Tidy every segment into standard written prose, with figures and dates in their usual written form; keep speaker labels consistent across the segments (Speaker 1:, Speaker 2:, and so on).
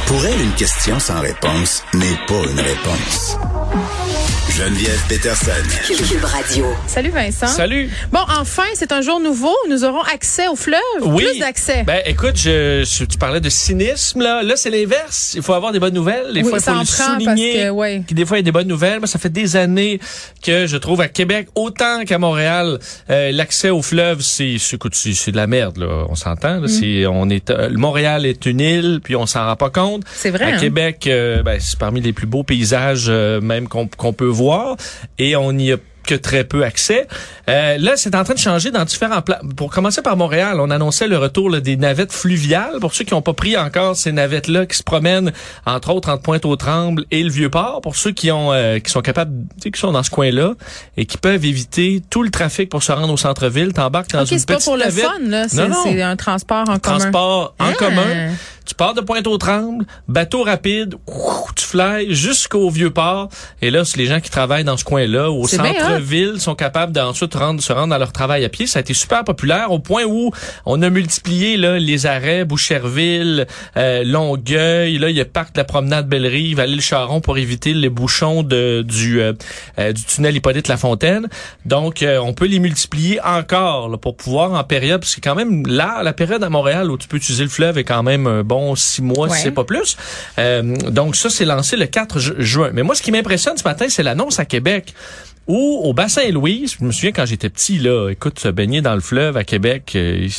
Speaker 1: Pour elle, une question sans réponse n'est pas une réponse. Geneviève Peterson.
Speaker 2: Cube Radio.
Speaker 3: Salut Vincent.
Speaker 4: Salut.
Speaker 3: Bon, enfin, c'est un jour nouveau. Nous aurons accès au fleuve.
Speaker 4: Oui.
Speaker 3: Plus d'accès.
Speaker 4: Ben, écoute, tu parlais de cynisme, là. Là, c'est l'inverse. Il faut avoir des bonnes nouvelles. Des fois, il faut le souligner. Des fois, il y a des bonnes nouvelles. Moi, ça fait des années que je trouve à Québec, autant qu'à Montréal, l'accès au fleuve, c'est de la merde, là. On s'entend, là. Montréal est une île, puis on s'en rend pas compte.
Speaker 3: C'est vrai.
Speaker 4: À Québec, c'est parmi les plus beaux paysages, même qu'on peut voir. Et on n'y a que très peu accès. Là, c'est en train de changer dans différents plans. Pour commencer par Montréal, on annonçait le retour des navettes fluviales. Pour ceux qui n'ont pas pris encore ces navettes-là, qui se promènent, entre autres, entre Pointe-aux-Trembles et le Vieux-Port. Pour ceux qui sont capables, qui sont dans ce coin-là et qui peuvent éviter tout le trafic pour se rendre au centre-ville, t'embarques dans une petite navette.
Speaker 3: C'est pas pour le fun, là. C'est un transport en commun.
Speaker 4: Transport en commun. Tu pars de Pointe-aux-Trembles, bateau rapide, tu fly jusqu'au Vieux-Port. Et là, c'est les gens qui travaillent dans ce coin-là, au centre-ville, sont capables d'ensuite se rendre à leur travail à pied. Ça a été super populaire au point où on a multiplié là les arrêts, Boucherville, Longueuil. Là, il y a Parc de la Promenade Belle-Rive, L'Île-Charron pour éviter les bouchons du tunnel Hippolyte-Lafontaine. Donc, on peut les multiplier encore là, pour pouvoir en période, parce que quand même là, la période à Montréal où tu peux utiliser le fleuve est quand même un bon 6 mois, si c'est pas plus. Donc ça, c'est lancé le 4 juin. Mais moi, ce qui m'impressionne ce matin, c'est l'annonce à Québec où, au Bassin-Louise, je me souviens quand j'étais petit, là, écoute, se baigner dans le fleuve à Québec,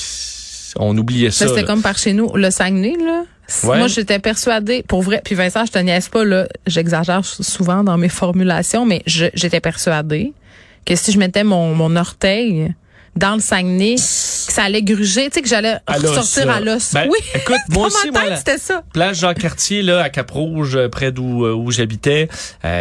Speaker 4: on oubliait ça.
Speaker 3: C'était comme par chez nous, le Saguenay, là. Ouais. Moi, j'étais persuadée, pour vrai, puis Vincent, je te niaise pas, là, j'exagère souvent dans mes formulations, mais j'étais persuadée que si je mettais mon orteil dans le Saguenay, que ça allait gruger, tu sais, que j'allais ressortir à l'os.
Speaker 4: Ben,
Speaker 3: oui.
Speaker 4: Écoute, moi aussi, moi,
Speaker 3: c'était ça.
Speaker 4: Plage Jean-Cartier, là, à Cap-Rouge, près où j'habitais,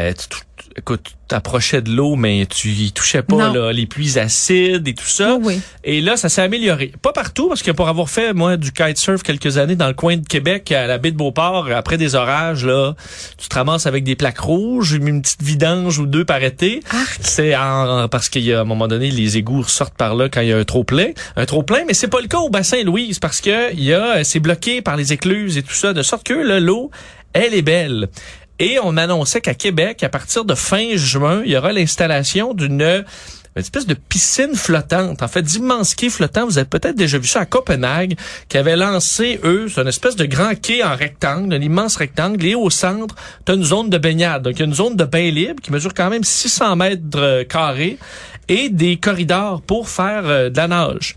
Speaker 4: écoute, t'approchais de l'eau, mais tu y touchais pas, là, les pluies acides et tout ça.
Speaker 3: Oui.
Speaker 4: Et là, ça s'est amélioré. Pas partout, parce que pour avoir fait, moi, du kitesurf quelques années dans le coin de Québec, à la baie de Beauport, après des orages, là, tu te ramasses avec des plaques rouges, une petite vidange ou deux par été. C'est parce qu'il y a, à un moment donné, les égouts ressortent par là quand il y a un trop-plein. Mais c'est pas le cas au Bassin-Louise, parce que c'est bloqué par les écluses et tout ça, de sorte que, là, l'eau, elle est belle. Et on annonçait qu'à Québec, à partir de fin juin, il y aura l'installation d'une espèce de piscine flottante. En fait, d'immenses quais flottants. Vous avez peut-être déjà vu ça à Copenhague, qui avait lancé, c'est une espèce de grand quai en rectangle, un immense rectangle. Et au centre, tu as une zone de baignade. Donc, il y a une zone de bain libre qui mesure quand même 600 mètres carrés et des corridors pour faire de la nage.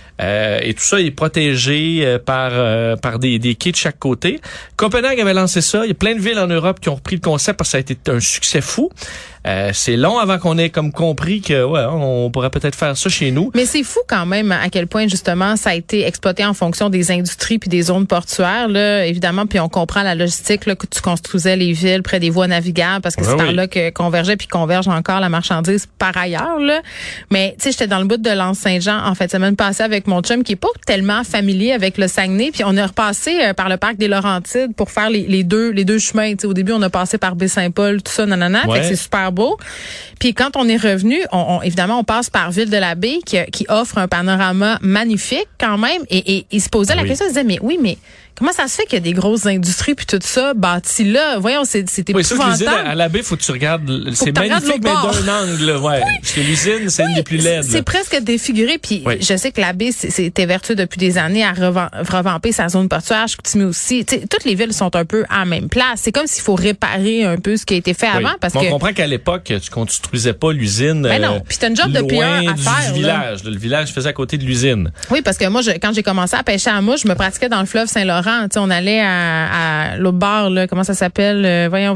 Speaker 4: Et tout ça est protégé par des quais de chaque côté. Copenhague avait lancé ça. Il y a plein de villes en Europe qui ont repris le concept parce que ça a été un succès fou. C'est long avant qu'on ait comme compris que on pourrait peut-être faire ça chez nous.
Speaker 3: Mais c'est fou quand même à quel point justement ça a été exploité en fonction des industries puis des zones portuaires là, évidemment, puis on comprend la logistique là, que tu construisais les villes près des voies navigables parce que c'est par là que convergeait puis converge encore la marchandise par ailleurs là. Mais tu sais, j'étais dans le bout de l'Anse-Saint-Jean en fait semaine passée avec mon chum qui est pas tellement familier avec le Saguenay, puis on est repassé par le parc des Laurentides pour faire les deux chemins. Tu sais, au début on a passé par Baie-Saint-Paul, tout ça, nanana, fait que c'est super beau. Puis quand on est revenu, évidemment, on passe par Ville-de-la-Baie qui offre un panorama magnifique quand même. Et il se posait la question, il se disait, mais comment ça se fait qu'il y a des grosses industries puis tout ça bâti là? Voyons, c'est épouvantable.
Speaker 4: L'usine à la baie, faut que tu regardes. C'est magnifique, mais d'un angle, ouais. Parce que l'usine, c'est une des plus laides.
Speaker 3: C'est presque défiguré. Puis je sais que la baie, c'était vertueux depuis des années à revamper sa zone portuaire. Chicoutimi aussi. T'sais, toutes les villes sont un peu à la même place. C'est comme s'il faut réparer un peu ce qui a été fait avant. Parce que
Speaker 4: on comprend qu'à l'époque, tu construisais pas l'usine.
Speaker 3: Mais non. Puis c'était une job de PR à faire.
Speaker 4: Du village. Le village faisait à côté de l'usine.
Speaker 3: Oui, parce que moi, quand j'ai commencé à pêcher à mouche, je me pratiquais dans le fleuve Saint-Laurent. T'sais, on allait à l'autre bord, là, comment ça s'appelle? Voyons.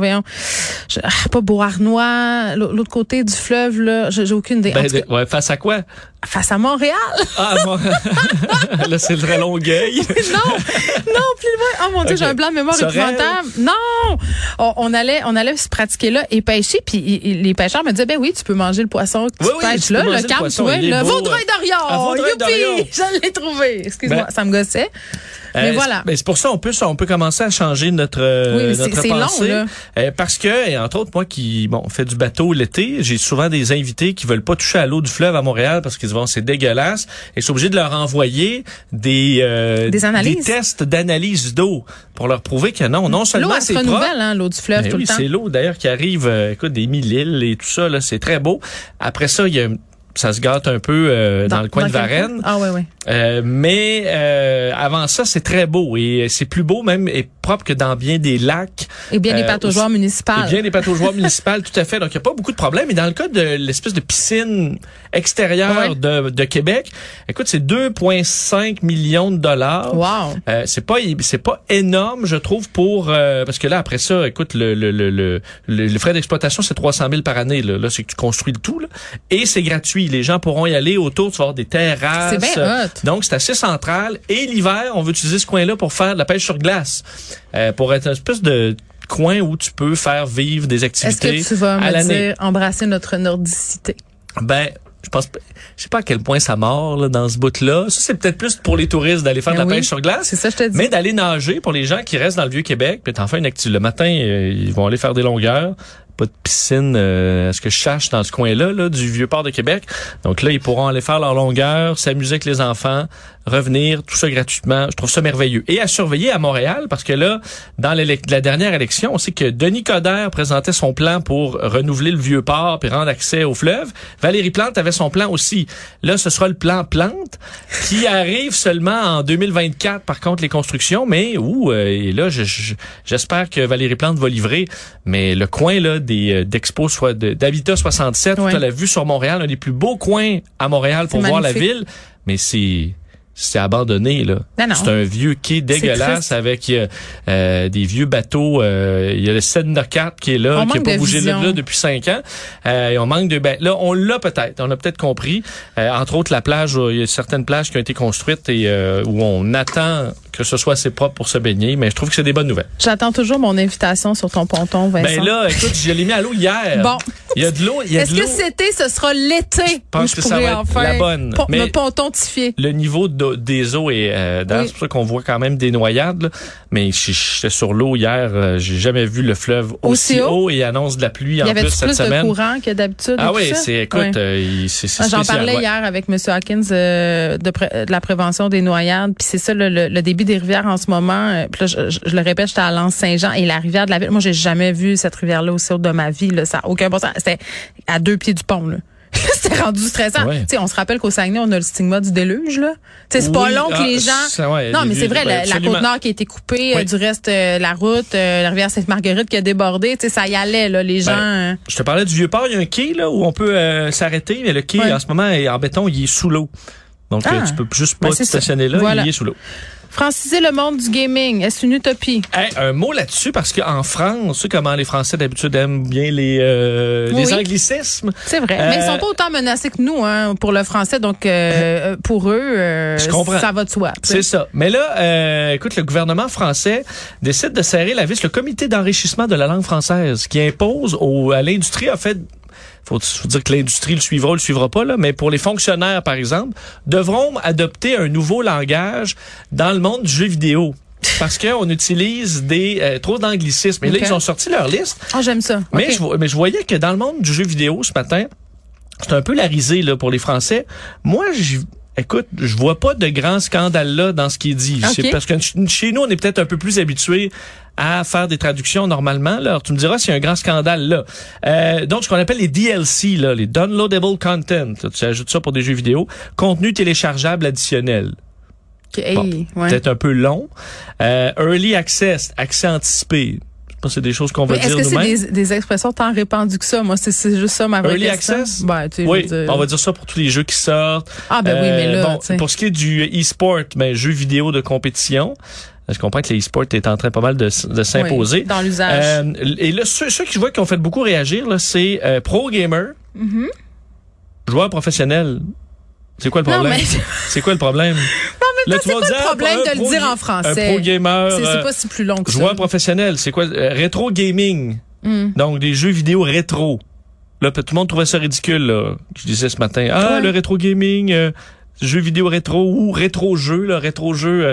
Speaker 3: Pas Beauharnois, l'autre côté du fleuve, là. J'ai aucune idée.
Speaker 4: Face à quoi?
Speaker 3: Face à Montréal.
Speaker 4: Là, c'est le vrai Longueuil.
Speaker 3: non, plus loin. Oh mon Dieu, j'ai un blanc de mémoire épouvantable. Non! On allait se pratiquer là et pêcher, puis les pêcheurs me disaient, ben oui, tu peux manger le poisson que tu pêches là, le calme-toi, le Vaudreuil-Dorion. Youpi! Je l'ai trouvé. Excuse-moi, ça me gossait. Mais voilà.
Speaker 4: C'est pour ça on peut commencer à changer notre pensée.
Speaker 3: Long, là.
Speaker 4: Parce que, et entre autres, moi qui fait du bateau l'été, j'ai souvent des invités qui veulent pas toucher à l'eau du fleuve à Montréal parce qu'ils disent c'est dégueulasse, et je suis obligé de leur envoyer des tests d'analyse d'eau pour leur prouver que non seulement
Speaker 3: l'eau,
Speaker 4: c'est
Speaker 3: propre.
Speaker 4: L'eau,
Speaker 3: hein, l'eau du fleuve tout le temps.
Speaker 4: C'est l'eau d'ailleurs qui arrive, des mille-îles et tout ça, là, c'est très beau. Après ça, ça se gâte un peu dans le coin de Varennes.
Speaker 3: Ah oui.
Speaker 4: Mais avant ça, c'est très beau et c'est plus beau même et propre que dans bien des lacs.
Speaker 3: Et bien des pataugeoires municipales.
Speaker 4: Et bien des pataugeoires municipales, tout à fait. Donc, il n'y a pas beaucoup de problèmes. Et dans le cas de l'espèce de piscine extérieure de Québec, écoute, c'est 2,5 millions de dollars.
Speaker 3: Wow.
Speaker 4: C'est pas énorme, je trouve, parce que là, après ça, écoute, le frais d'exploitation, c'est 300 000 par année. Là, c'est que tu construis le tout. Là. Et c'est gratuit. Les gens pourront y aller autour, tu vas avoir des terrasses.
Speaker 3: C'est bien hot.
Speaker 4: Donc, c'est assez central. Et l'hiver, on veut utiliser ce coin-là pour faire de la pêche sur glace. Pour être une espèce de coin où tu peux faire vivre des activités.
Speaker 3: Est-ce que tu vas me dire embrasser notre nordicité?
Speaker 4: Je sais pas à quel point ça mord là, dans ce bout-là. Ça, c'est peut-être plus pour les touristes d'aller faire de la pêche sur glace.
Speaker 3: C'est ça, je te dis.
Speaker 4: Mais d'aller nager pour les gens qui restent dans le Vieux-Québec, puis t'en fais une activité. Le matin, ils vont aller faire des longueurs. Pas de piscine, à ce que je cherche dans ce coin-là, là, du Vieux-Port de Québec. Donc là, ils pourront aller faire leur longueur, s'amuser avec les enfants, revenir, tout ça gratuitement. Je trouve ça merveilleux. Et à surveiller à Montréal, parce que là, dans la dernière élection, on sait que Denis Coderre présentait son plan pour renouveler le Vieux-Port puis rendre accès au fleuve. Valérie Plante avait son plan aussi. Là, ce sera le plan Plante qui arrive seulement en 2024, par contre, les constructions. Mais, et là, j'espère que Valérie Plante va livrer. Mais le coin, là, d'Expo, soit d'Habitat 67, tu as la vue sur Montréal, un des plus beaux coins à Montréal pour voir la ville. Mais c'est abandonné, là.
Speaker 3: Non.
Speaker 4: C'est un vieux quai dégueulasse avec des vieux bateaux. Il y a le Sedna 4 qui est là, qui n'a pas bougé de là depuis 5 ans. Et on manque de... là, on l'a peut-être. On a peut-être compris. Entre autres, la plage, il y a certaines plages qui ont été construites et où on attend que ce soit assez propre pour se baigner. Mais je trouve que c'est des bonnes nouvelles.
Speaker 3: J'attends toujours mon invitation sur ton ponton, Vincent.
Speaker 4: Là, écoute, je l'ai mis à l'eau hier.
Speaker 3: Bon.
Speaker 4: Il y a de l'eau.
Speaker 3: Est-ce que cet été, ce sera l'été?
Speaker 4: Je pense que ça va être la bonne.
Speaker 3: Me pontontifier.
Speaker 4: Le niveau des eaux est c'est pour ça qu'on voit quand même des noyades. Là. Mais j'étais sur l'eau hier. J'ai jamais vu le fleuve aussi haut et annonce de la pluie en plus cette semaine.
Speaker 3: Il y avait plus de courant que d'habitude.
Speaker 4: Ah oui, c'est spécial.
Speaker 3: J'en parlais hier avec M. Hawkins de la prévention des noyades. Puis c'est ça, le débit des rivières en ce moment. Puis là, je le répète, j'étais à Lens-Saint-Jean et la rivière de la ville. Moi, j'ai jamais vu cette rivière-là aussi haute de ma vie. Là. Ça n'a aucun bon sens. C'était à 2 pieds du pont. Là. C'était rendu stressant. Ouais. On se rappelle qu'au Saguenay, on a le stigma du déluge. Là. C'est pas long que les gens... non, mais c'est vrai, la Côte-Nord qui a été coupée, du reste, la route, la rivière Sainte-Marguerite qui a débordé, ça y allait, là, les gens...
Speaker 4: Je te parlais du Vieux-Port, il y a un quai là, où on peut s'arrêter, mais le quai, en ce moment, en béton, il est sous l'eau. Donc, tu peux juste pas te stationner là, il est sous l'eau.
Speaker 3: Franciser le monde du gaming, est-ce une utopie?
Speaker 4: Un mot là-dessus, parce qu'en France, tu sais comment les Français d'habitude aiment bien les anglicismes.
Speaker 3: C'est vrai, mais ils sont pas autant menacés que nous pour le français, donc pour eux, ça va de soi.
Speaker 4: C'est ça. Mais là, écoute, le gouvernement français décide de serrer la vis. Le comité d'enrichissement de la langue française qui impose à l'industrie, en fait... Faut dire que l'industrie le suivra pas, là, mais pour les fonctionnaires, par exemple, devront adopter un nouveau langage dans le monde du jeu vidéo. Parce qu'on utilise trop d'anglicismes. Et là, ils ont sorti leur liste.
Speaker 3: Ah, j'aime ça.
Speaker 4: Mais je voyais que dans le monde du jeu vidéo ce matin, c'est un peu la risée là, pour les Français. Moi, écoute, je vois pas de grand scandale là dans ce qui est dit. C'est parce que chez nous, on est peut-être un peu plus habitués à faire des traductions normalement. Là. Alors, tu me diras s'il y a un grand scandale là. Donc, ce qu'on appelle les DLC, là, les Downloadable Content. Là, tu ajoutes ça pour des jeux vidéo. Contenu téléchargeable additionnel. Peut-être un peu long. Early Access, accès anticipé. C'est des choses qu'on va dire nous-mêmes.
Speaker 3: Est-ce que c'est des expressions tant répandues que ça? Moi, c'est juste ça ma vraie question.
Speaker 4: Early Access? Oui, on va dire ça pour tous les jeux qui sortent.
Speaker 3: Ah ben oui, mais là...
Speaker 4: pour ce qui est du e-sport, jeux vidéo de compétition, je comprends que l'e-sport est en train pas mal de s'imposer.
Speaker 3: Oui, dans l'usage.
Speaker 4: Et là, ceux que je vois qui ont fait beaucoup réagir, là, c'est pro gamer, joueur professionnel. C'est quoi le problème? C'est quoi le problème?
Speaker 3: Là, c'est pas le problème de le dire en français.
Speaker 4: Un pro gamer.
Speaker 3: C'est pas si plus long que ça.
Speaker 4: Joueur professionnel, c'est quoi? Rétro gaming. Donc, des jeux vidéo rétro. Là, tout le monde trouvait ça ridicule, là. Je disais ce matin, le rétro gaming, jeux vidéo rétro ou rétro jeu, là, rétro jeu.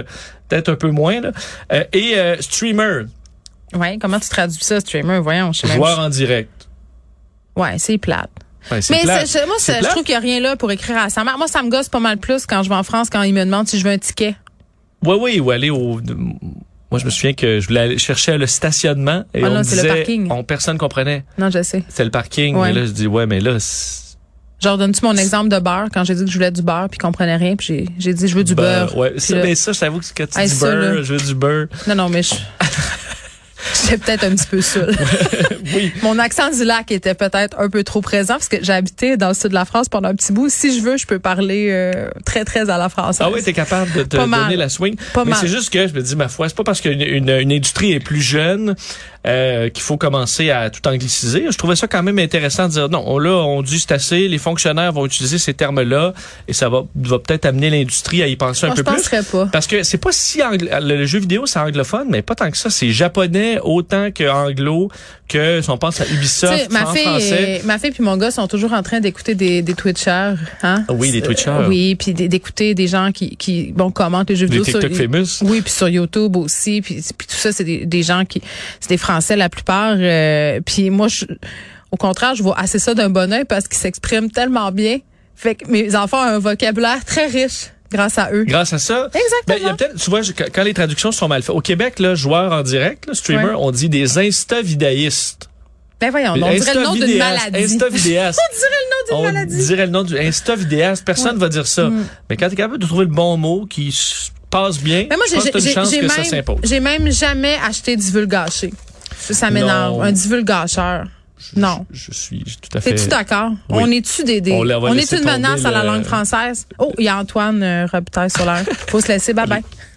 Speaker 4: peut-être un peu moins. Là. Et streamer.
Speaker 3: Ouais, comment tu traduis ça, streamer? Voyons, je sais même.
Speaker 4: Joueur en direct.
Speaker 3: Ouais, c'est plate.
Speaker 4: Ouais,
Speaker 3: mais
Speaker 4: plate.
Speaker 3: Je trouve qu'il n'y a rien là pour écrire à sa mère. Moi, ça me gosse pas mal plus quand je vais en France, quand ils me demandent si je veux un ticket.
Speaker 4: Oui, ou aller au... Moi, je me souviens que je voulais aller chercher le stationnement et on disait...
Speaker 3: c'est le parking.
Speaker 4: Personne comprenait.
Speaker 3: Non, je sais.
Speaker 4: C'est le parking.
Speaker 3: Ouais.
Speaker 4: Et là, je dis, ouais, mais là...
Speaker 3: Genre, donnes-tu mon exemple de beurre quand j'ai dit que je voulais du beurre puis qu'on comprenait rien puis j'ai dit je veux du beurre.
Speaker 4: Ouais, ça,
Speaker 3: là,
Speaker 4: mais ça, je t'avoue que quand tu dis beurre, je veux du beurre.
Speaker 3: Non, mais j'étais peut-être un petit peu saoul.
Speaker 4: Oui.
Speaker 3: Mon accent du lac était peut-être un peu trop présent parce que j'ai habité dans le sud de la France pendant un petit bout. Si je veux, je peux parler très, très à la française.
Speaker 4: Ah oui, t'es capable de te donner la swing. Mais c'est juste que je me dis, ma foi, c'est pas parce qu'une industrie est plus jeune qu'il faut commencer à tout angliciser. Je trouvais ça quand même intéressant de dire, non, on dit c'est assez, les fonctionnaires vont utiliser ces termes-là et ça va peut-être amener l'industrie à y penser un peu plus.
Speaker 3: Je penserais pas.
Speaker 4: Parce que c'est pas si le jeu vidéo, c'est anglophone, mais pas tant que ça. C'est japonais autant que anglo, que si on pense à Ubisoft, en français.
Speaker 3: Ma fille puis mon gars sont toujours en train d'écouter des Twitchers, hein?
Speaker 4: Oui, des Twitchers.
Speaker 3: Oui, puis d'écouter des gens qui commentent les jeux vidéo.
Speaker 4: Des TikTok famous.
Speaker 3: Oui, puis sur YouTube aussi, puis tout ça, c'est des gens c'est des Français la plupart. Puis moi, au contraire, je vois assez ça d'un bon œil parce qu'ils s'expriment tellement bien. Fait que mes enfants ont un vocabulaire très riche. Grâce à eux.
Speaker 4: Grâce à ça.
Speaker 3: Exactement.
Speaker 4: Ben, il y a peut-être, tu vois, quand les traductions sont mal faites. Au Québec, là, joueurs en direct, là, streamer, on dit des insta-vidéistes.
Speaker 3: Ben voyons, on dirait le nom d'une maladie.
Speaker 4: Insta-vidéaste.
Speaker 3: On dirait le nom d'une maladie.
Speaker 4: On dirait le nom du insta-vidéaste. Personne va dire ça. Mais quand tu es capable de trouver le bon mot qui passe bien,
Speaker 3: mais moi,
Speaker 4: je pense que t'as une chance que ça s'impose.
Speaker 3: J'ai même jamais acheté divulgaché. Ça m'énerve.
Speaker 4: Non.
Speaker 3: Un divulgacheur. Non.
Speaker 4: Je suis tout à fait...
Speaker 3: T'es-tu d'accord?
Speaker 4: Oui.
Speaker 3: On est-tu on est une menace à la langue française? Oh, il y a Antoine Robitaille sur l'air. Faut se laisser. Bye bye.